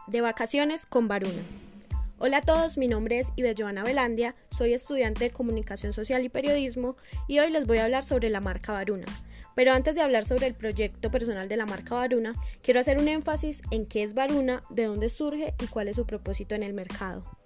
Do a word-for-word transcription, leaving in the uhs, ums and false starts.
De vacaciones con Varuna. Hola a todos, mi nombre es Ibeljoana Velandia, soy estudiante de Comunicación Social y Periodismo y hoy les voy a hablar sobre la marca Varuna. Pero antes de hablar sobre el proyecto personal de la marca Varuna, quiero hacer un énfasis en qué es Varuna, de dónde surge y cuál es su propósito en el mercado.